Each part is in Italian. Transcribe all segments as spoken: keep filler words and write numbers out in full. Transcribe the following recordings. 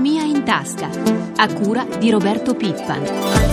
Economia in tasca, a cura di Roberto Pippan.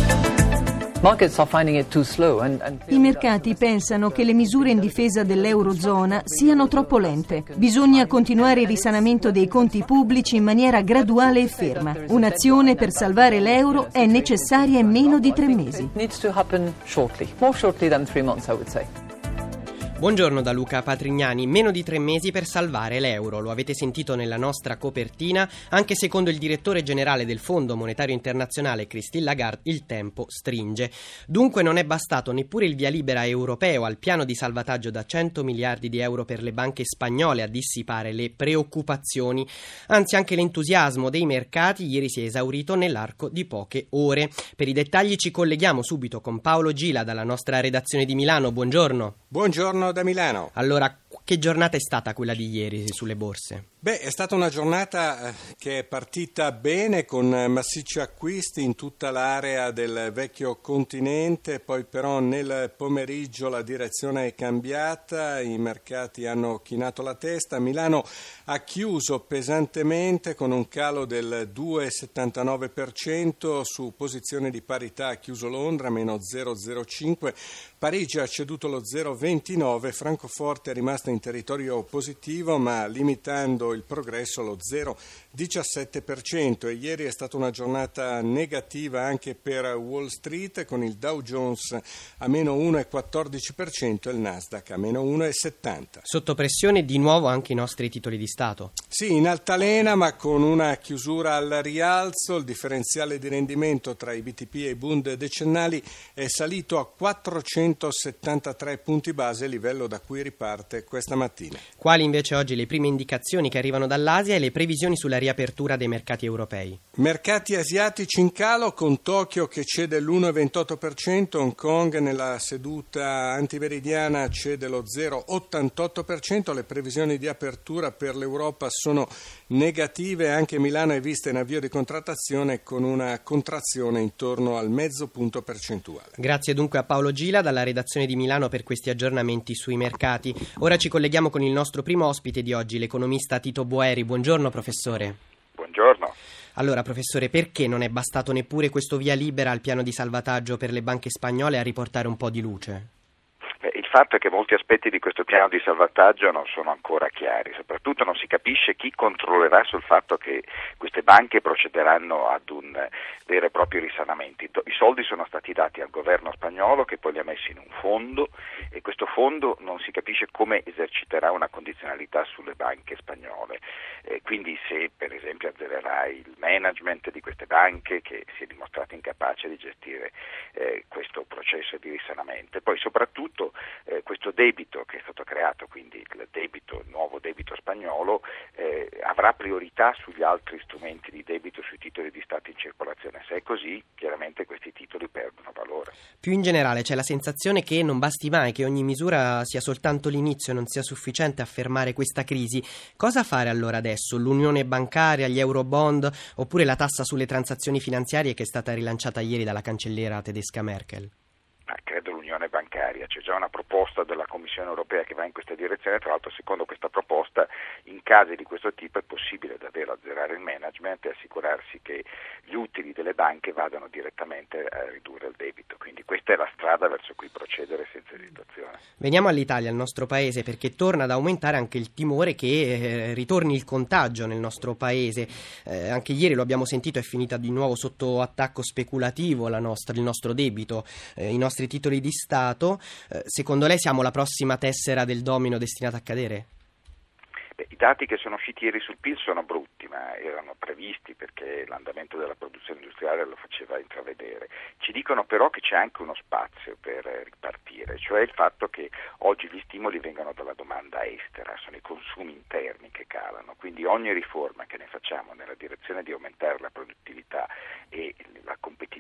I mercati pensano che le misure in difesa dell'Eurozona siano troppo lente. Bisogna continuare il risanamento dei conti pubblici in maniera graduale e ferma. Un'azione per salvare l'euro è necessaria in meno di tre mesi. Buongiorno da Luca Patrignani. Meno di tre mesi per salvare l'euro. Lo avete sentito nella nostra copertina. Anche secondo il direttore generale del Fondo Monetario Internazionale, Christine Lagarde, il tempo stringe. Dunque non è bastato neppure il via libera europeo al piano di salvataggio da cento miliardi di euro per le banche spagnole a dissipare le preoccupazioni. Anzi, anche l'entusiasmo dei mercati ieri si è esaurito nell'arco di poche ore. Per i dettagli ci colleghiamo subito con Paolo Gila dalla nostra redazione di Milano. Buongiorno. Buongiorno da Milano. Allora, che giornata è stata quella di ieri sulle borse? Beh, è stata una giornata che è partita bene con massicci acquisti in tutta l'area del vecchio continente, poi però nel pomeriggio la direzione è cambiata, i mercati hanno chinato la testa, Milano ha chiuso pesantemente con un calo del due virgola settantanove per cento, su posizione di parità ha chiuso Londra, meno zero virgola zero cinque, Parigi ha ceduto lo zero virgola ventinove, Francoforte è rimasta in territorio positivo ma limitando il progresso allo zero virgola diciassette per cento, e ieri è stata una giornata negativa anche per Wall Street con il Dow Jones a meno uno virgola quattordici per cento e il Nasdaq a meno uno virgola settanta. Sotto pressione di nuovo anche i nostri titoli di Stato. Sì, in altalena ma con una chiusura al rialzo, il differenziale di rendimento tra i B T P e i Bund decennali è salito a quattrocentosettantatré punti base, livello da cui riparte questa mattina. Quali invece oggi le prime indicazioni che arrivano dall'Asia e le previsioni sulla riapertura dei mercati europei? Mercati asiatici in calo, con Tokyo che cede l'uno virgola ventotto per cento, Hong Kong nella seduta antiveridiana cede lo zero virgola ottantotto per cento, le previsioni di apertura per l'Europa sono negative, anche Milano è vista in avvio di contrattazione con una contrazione intorno al mezzo punto percentuale. Grazie dunque a Paolo Gila dalla redazione di Milano per questi aggiornamenti sui mercati. Ora ci colleghiamo con il nostro primo ospite di oggi, l'economista Tito Boeri. Buongiorno professore. Buongiorno. Allora professore, perché non è bastato neppure questo via libera al piano di salvataggio per le banche spagnole a riportare un po' di luce? Il fatto è che molti aspetti di questo piano di salvataggio non sono ancora chiari, soprattutto non si capisce chi controllerà sul fatto che queste banche procederanno ad un vero e proprio risanamento. I soldi sono stati dati al governo spagnolo che poi li ha messi in un fondo e questo fondo non si capisce come eserciterà una condizionalità sulle banche spagnole, eh, quindi se per esempio azzererà il management di queste banche che si è dimostrato incapace di gestire eh, questo processo di risanamento, e poi soprattutto Eh, questo debito che è stato creato, quindi il debito, il nuovo debito spagnolo, eh, avrà priorità sugli altri strumenti di debito, sui titoli di Stato in circolazione. Se è così, chiaramente questi titoli perdono valore. Più in generale c'è la sensazione che non basti mai, che ogni misura sia soltanto l'inizio e non sia sufficiente a fermare questa crisi. Cosa fare allora adesso? L'unione bancaria, gli eurobond oppure la tassa sulle transazioni finanziarie che è stata rilanciata ieri dalla cancelliera tedesca Merkel? Ah, credo l'unione bancaria, c'è già una proposta della Commissione europea che va in questa direzione, tra l'altro secondo questa proposta in casi di questo tipo è possibile davvero azzerare il management e assicurarsi che gli utili delle banche vadano direttamente a ridurre il debito, quindi questa è la strada verso cui procedere senza esitazione. Veniamo all'Italia, al nostro paese, perché torna ad aumentare anche il timore che eh, ritorni il contagio nel nostro paese. Eh, anche ieri lo abbiamo sentito, è finita di nuovo sotto attacco speculativo la nostra, il nostro debito, eh, i nostri titoli di Stato. Eh, secondo lei siamo la prossima tessera del domino destinata a cadere? Beh, i dati che sono usciti ieri sul P I L sono brutti, ma erano previsti perché l'andamento della produzione industriale lo faceva intravedere. Ci dicono però che c'è anche uno spazio per ripartire, cioè il fatto che oggi gli stimoli vengono dalla domanda estera, sono i consumi interni che calano, quindi ogni riforma che ne facciamo nella direzione di aumentare la produttività e la competitività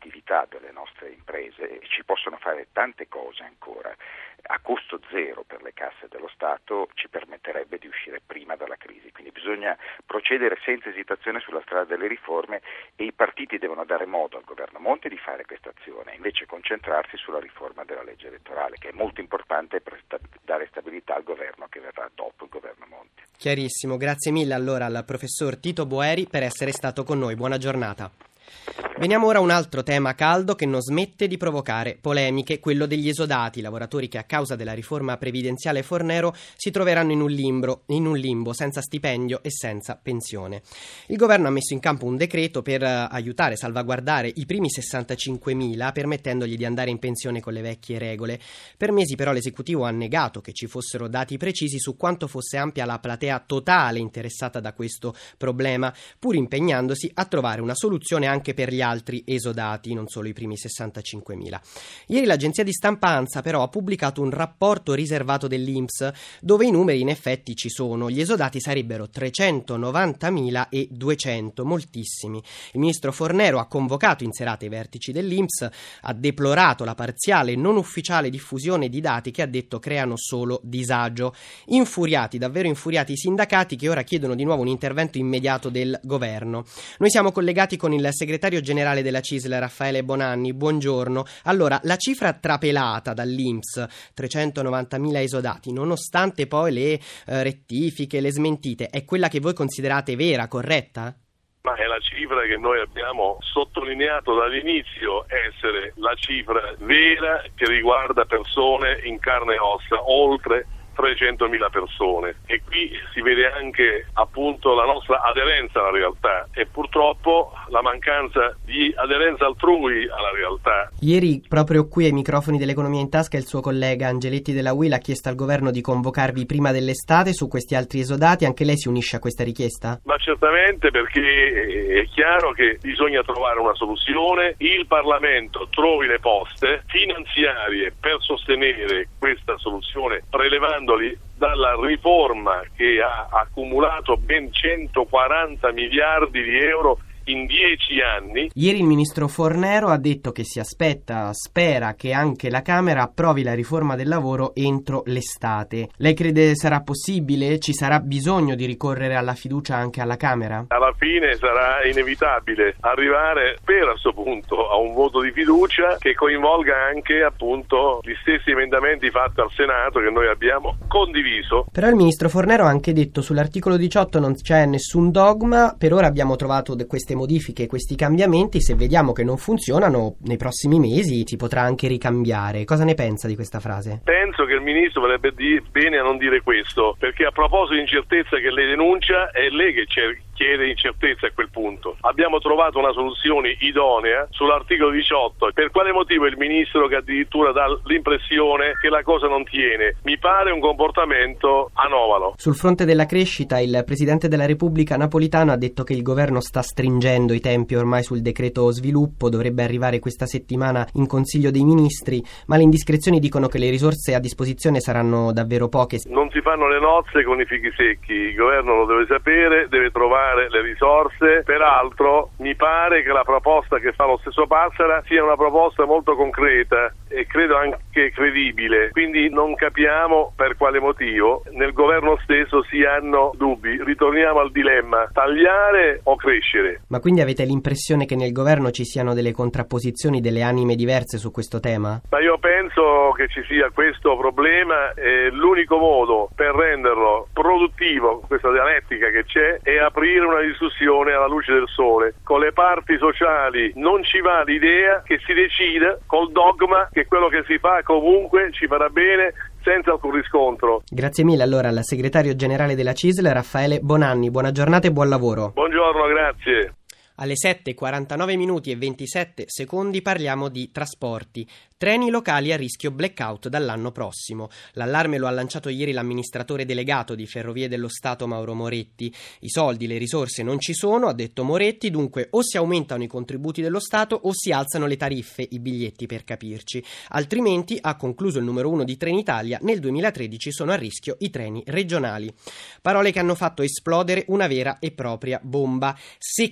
competitività delle nostre imprese e ci possono fare tante cose ancora. A costo zero per le casse dello Stato ci permetterebbe di uscire prima dalla crisi, quindi bisogna procedere senza esitazione sulla strada delle riforme e i partiti devono dare modo al governo Monti di fare questa azione, invece concentrarsi sulla riforma della legge elettorale, che è molto importante per sta- dare stabilità al governo che verrà dopo il governo Monti. Chiarissimo, grazie mille allora al professor Tito Boeri per essere stato con noi, buona giornata. Veniamo ora a un altro tema caldo che non smette di provocare polemiche, quello degli esodati, lavoratori che a causa della riforma previdenziale Fornero si troveranno in un limbo, in un limbo senza stipendio e senza pensione. Il governo ha messo in campo un decreto per aiutare, salvaguardare i primi sessantacinquemila, permettendogli di andare in pensione con le vecchie regole. Per mesi però l'esecutivo ha negato che ci fossero dati precisi su quanto fosse ampia la platea totale interessata da questo problema, pur impegnandosi a trovare una soluzione anche per gli altri esodati, non solo i primi sessantacinquemila. Ieri l'agenzia di stampa ANSA però ha pubblicato un rapporto riservato dell'I N P S dove i numeri in effetti ci sono. Gli esodati sarebbero trecentonovantamila e duecento, moltissimi. Il ministro Fornero ha convocato in serata i vertici dell'I N P S, ha deplorato la parziale non ufficiale diffusione di dati che ha detto creano solo disagio. Infuriati, davvero infuriati i sindacati che ora chiedono di nuovo un intervento immediato del governo. Noi siamo collegati con il segretario generale della C I S L Raffaele Bonanni, buongiorno. Allora, la cifra trapelata dall'I N P S, trecentonovantamila esodati, nonostante poi le eh, rettifiche, le smentite, è quella che voi considerate vera, corretta? Ma è la cifra che noi abbiamo sottolineato dall'inizio essere la cifra vera che riguarda persone in carne e ossa, oltre trecentomila persone, e qui si vede anche appunto la nostra aderenza alla realtà e purtroppo la mancanza di aderenza altrui alla realtà. Ieri proprio qui ai microfoni dell'Economia in Tasca il suo collega Angeletti della U I L ha chiesto al governo di convocarvi prima dell'estate su questi altri esodati. Anche lei si unisce a questa richiesta? Ma certamente, perché è chiaro che bisogna trovare una soluzione, il Parlamento trovi le poste finanziarie per sostenere questa soluzione, prelevando dalla riforma che ha accumulato ben centoquaranta miliardi di euro in dieci anni. Ieri il ministro Fornero ha detto che si aspetta, spera che anche la Camera approvi la riforma del lavoro entro l'estate. Lei crede sarà possibile? Ci sarà bisogno di ricorrere alla fiducia anche alla Camera? Alla fine sarà inevitabile arrivare per a questo punto a un voto di fiducia che coinvolga anche appunto gli stessi emendamenti fatti al Senato che noi abbiamo condiviso. Però il ministro Fornero ha anche detto sull'articolo diciotto non c'è nessun dogma, per ora abbiamo trovato queste modifiche, questi cambiamenti, se vediamo che non funzionano nei prossimi mesi si potrà anche ricambiare. Cosa ne pensa di questa frase? Penso che il ministro vorrebbe dire bene a non dire questo, perché a proposito di incertezza che lei denuncia è lei che chiede incertezza a quel punto. Abbiamo trovato una soluzione idonea sull'articolo diciotto. Per quale motivo il ministro che addirittura dà l'impressione che la cosa non tiene? Mi pare un comportamento anomalo. Sul fronte della crescita il Presidente della Repubblica Napolitano ha detto che il governo sta stringendo i tempi ormai sul decreto sviluppo, dovrebbe arrivare questa settimana in Consiglio dei Ministri, ma le indiscrezioni dicono che le risorse a disposizione saranno davvero poche. Non si fanno le nozze con i fichi secchi, il governo lo deve sapere, deve trovare le risorse. Peraltro mi pare che la proposta che fa lo stesso Passera sia una proposta molto concreta e credo anche credibile, quindi non capiamo per quale motivo nel governo stesso si hanno dubbi. Ritorniamo al dilemma: tagliare o crescere? Ma quindi avete l'impressione che nel governo ci siano delle contrapposizioni, delle anime diverse su questo tema? Ma io penso che ci sia questo problema e l'unico modo per renderlo produttivo, questa dialettica che c'è, è aprire una discussione alla luce del sole. Con le parti sociali non ci va l'idea che si decida col dogma che quello che si fa comunque ci farà bene senza alcun riscontro. Grazie mille allora al segretario generale della C I S L Raffaele Bonanni, buona giornata e buon lavoro. Buongiorno, grazie. Alle sette e quarantanove minuti e ventisette secondi parliamo di trasporti. Treni locali a rischio blackout dall'anno prossimo. L'allarme lo ha lanciato ieri l'amministratore delegato di Ferrovie dello Stato Mauro Moretti. I soldi, le risorse non ci sono, ha detto Moretti, dunque o si aumentano i contributi dello Stato o si alzano le tariffe, i biglietti per capirci. Altrimenti, ha concluso il numero uno di Trenitalia, nel duemilatredici sono a rischio i treni regionali. Parole che hanno fatto esplodere una vera e propria bomba. Secca la reazione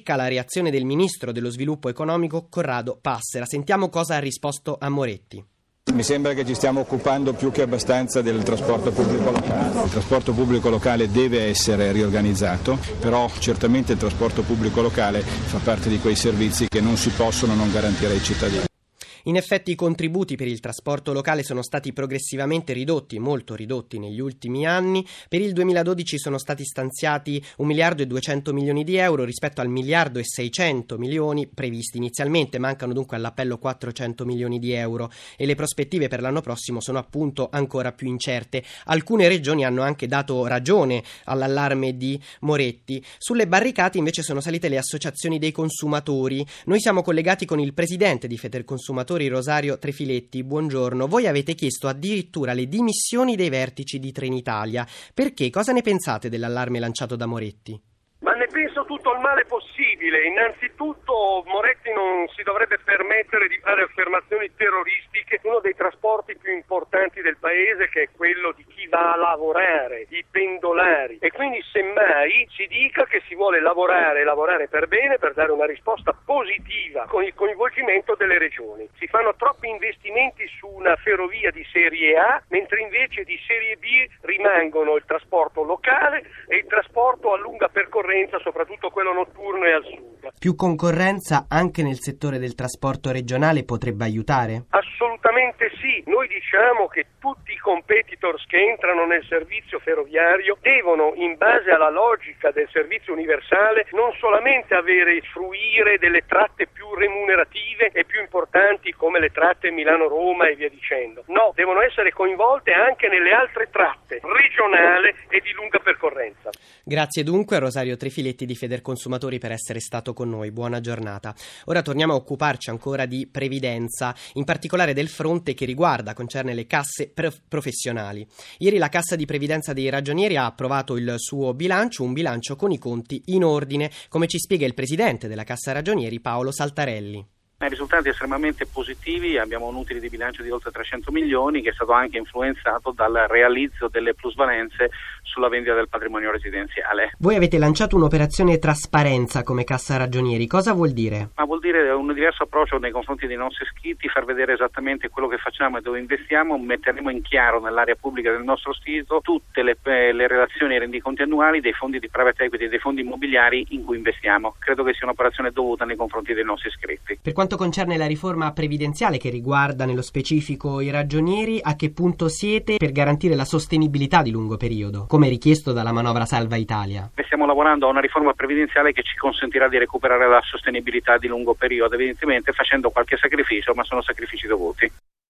comunicazione del ministro dello sviluppo economico Corrado Passera. Sentiamo cosa ha risposto a Moretti. Mi sembra che ci stiamo occupando più che abbastanza del trasporto pubblico locale. Il trasporto pubblico locale deve essere riorganizzato, però certamente il trasporto pubblico locale fa parte di quei servizi che non si possono non garantire ai cittadini. In effetti i contributi per il trasporto locale sono stati progressivamente ridotti, molto ridotti negli ultimi anni. Per il duemiladodici sono stati stanziati un miliardo e duecento milioni di euro rispetto al miliardo e seicento milioni previsti inizialmente. Mancano dunque all'appello quattrocento milioni di euro e le prospettive per l'anno prossimo sono appunto ancora più incerte. Alcune regioni hanno anche dato ragione all'allarme di Moretti. Sulle barricate invece sono salite le associazioni dei consumatori. Noi siamo collegati con il presidente di Federconsumatori, Rosario Trefiletti. Buongiorno. Voi avete chiesto addirittura le dimissioni dei vertici di Trenitalia. Perché? Cosa ne pensate dell'allarme lanciato da Moretti? Ma ne penso tutto il male possibile. Innanzitutto Moretti non si dovrebbe permettere di fare affermazioni terroristiche. Uno dei trasporti più importanti del paese, che è quello di chi va a lavorare, i pendolari. E quindi semmai si dica che si vuole lavorare, lavorare per bene, per dare una risposta positiva con il coinvolgimento delle regioni. Si fanno troppi investimenti su una ferrovia di serie A, mentre invece di serie B rimangono il trasporto locale e il trasporto a lunga percorrenza, soprattutto quello notturno e al sud. Più concorrenza anche nel settore del trasporto regionale potrebbe aiutare? Assolutamente sì. Noi diciamo che tutti i competitors che entrano nel servizio ferroviario devono, in base alla logica del servizio universale, non solamente avere fruire delle tratte più remunerative e più importanti come le tratte Milano-Roma e via dicendo. No, devono essere coinvolte anche nelle altre tratte regionale e di lunga percorrenza. Grazie dunque a Rosario Trefiletti di Federconsumatori per essere stato con noi. Buona giornata. Ora torniamo a occuparci ancora di previdenza, in particolare del fronte che riguarda, concerne le casse prof- professionali. Ieri la Cassa di Previdenza dei Ragionieri ha approvato il suo bilancio, un bilancio con i conti in ordine, come ci spiega il presidente della Cassa Ragionieri Paolo Saltarelli. I risultati estremamente positivi, abbiamo un utile di bilancio di oltre trecento milioni che è stato anche influenzato dal realizzo delle plusvalenze sulla vendita del patrimonio residenziale. Voi avete lanciato un'operazione trasparenza come Cassa Ragionieri, cosa vuol dire? Ma vuol dire un diverso approccio nei confronti dei nostri iscritti, far vedere esattamente quello che facciamo e dove investiamo. Metteremo in chiaro nell'area pubblica del nostro sito tutte le, le relazioni e rendiconti annuali dei fondi di private equity e dei fondi immobiliari in cui investiamo. Credo che sia un'operazione dovuta nei confronti dei nostri iscritti. Per quanto concerne la riforma previdenziale che riguarda nello specifico i ragionieri, a che punto siete per garantire la sostenibilità di lungo periodo, come richiesto dalla manovra Salva Italia? Stiamo lavorando a una riforma previdenziale che ci consentirà di recuperare la sostenibilità di lungo periodo, evidentemente facendo qualche sacrificio, ma sono sacrifici dovuti.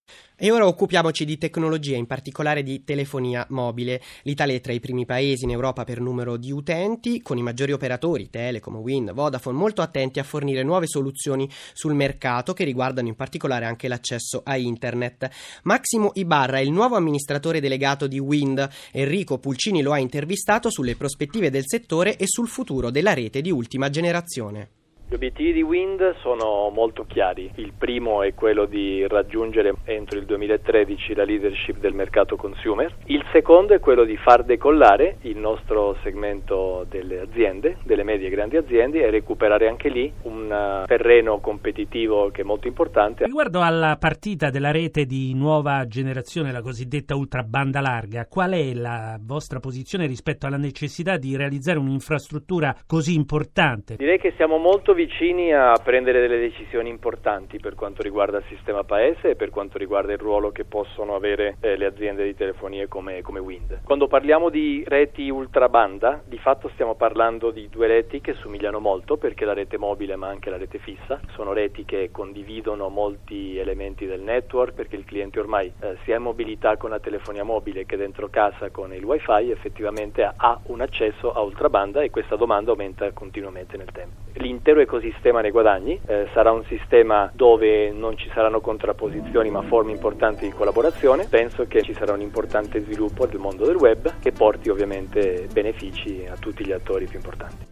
E ora occupiamoci di tecnologia, in particolare di telefonia mobile. L'Italia è tra i primi paesi in Europa per numero di utenti, con i maggiori operatori, Telecom, Wind, Vodafone, molto attenti a fornire nuove soluzioni sul mercato che riguardano in particolare anche l'accesso a internet. Massimo Ibarra è il nuovo amministratore delegato di Wind. Enrico Pulcini lo ha intervistato sulle prospettive del settore e sul futuro della rete di ultima generazione. Gli obiettivi di Wind sono molto chiari. Il primo è quello di raggiungere entro il duemilatredici la leadership del mercato consumer. Il secondo è quello di far decollare il nostro segmento delle aziende, delle medie e grandi aziende, e recuperare anche lì un terreno competitivo che è molto importante. Riguardo alla partita della rete di nuova generazione, la cosiddetta ultra banda larga, qual è la vostra posizione rispetto alla necessità di realizzare un'infrastruttura così importante? Direi che siamo molto vicini a prendere delle decisioni importanti per quanto riguarda il sistema paese e per quanto riguarda il ruolo che possono avere eh, le aziende di telefonie come, come Wind. Quando parliamo di reti ultrabanda, di fatto stiamo parlando di due reti che somigliano molto, perché la rete mobile ma anche la rete fissa sono reti che condividono molti elementi del network, perché il cliente ormai eh, sia in mobilità con la telefonia mobile che dentro casa con il wifi effettivamente ha un accesso a ultrabanda, e questa domanda aumenta continuamente nel tempo. L'intero ecosistema ne guadagni, eh, sarà un sistema dove non ci saranno contrapposizioni ma forme importanti di collaborazione. Penso che ci sarà un importante sviluppo del mondo del web che porti ovviamente benefici a tutti gli attori più importanti.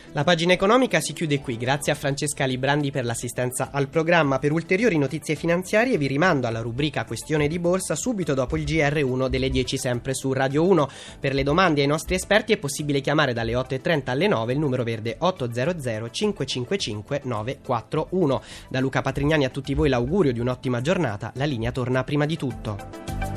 La pagina economica si chiude qui, grazie a Francesca Librandi per l'assistenza al programma. Per ulteriori notizie finanziarie vi rimando alla rubrica Questione di Borsa subito dopo il G R uno delle dieci sempre su Radio uno. Per le domande ai nostri esperti è possibile chiamare dalle otto e trenta alle nove il numero verde otto zero zero cinque cinque cinque nove quattro uno. Da Luca Patrignani a tutti voi l'augurio di un'ottima giornata, la linea torna prima di tutto.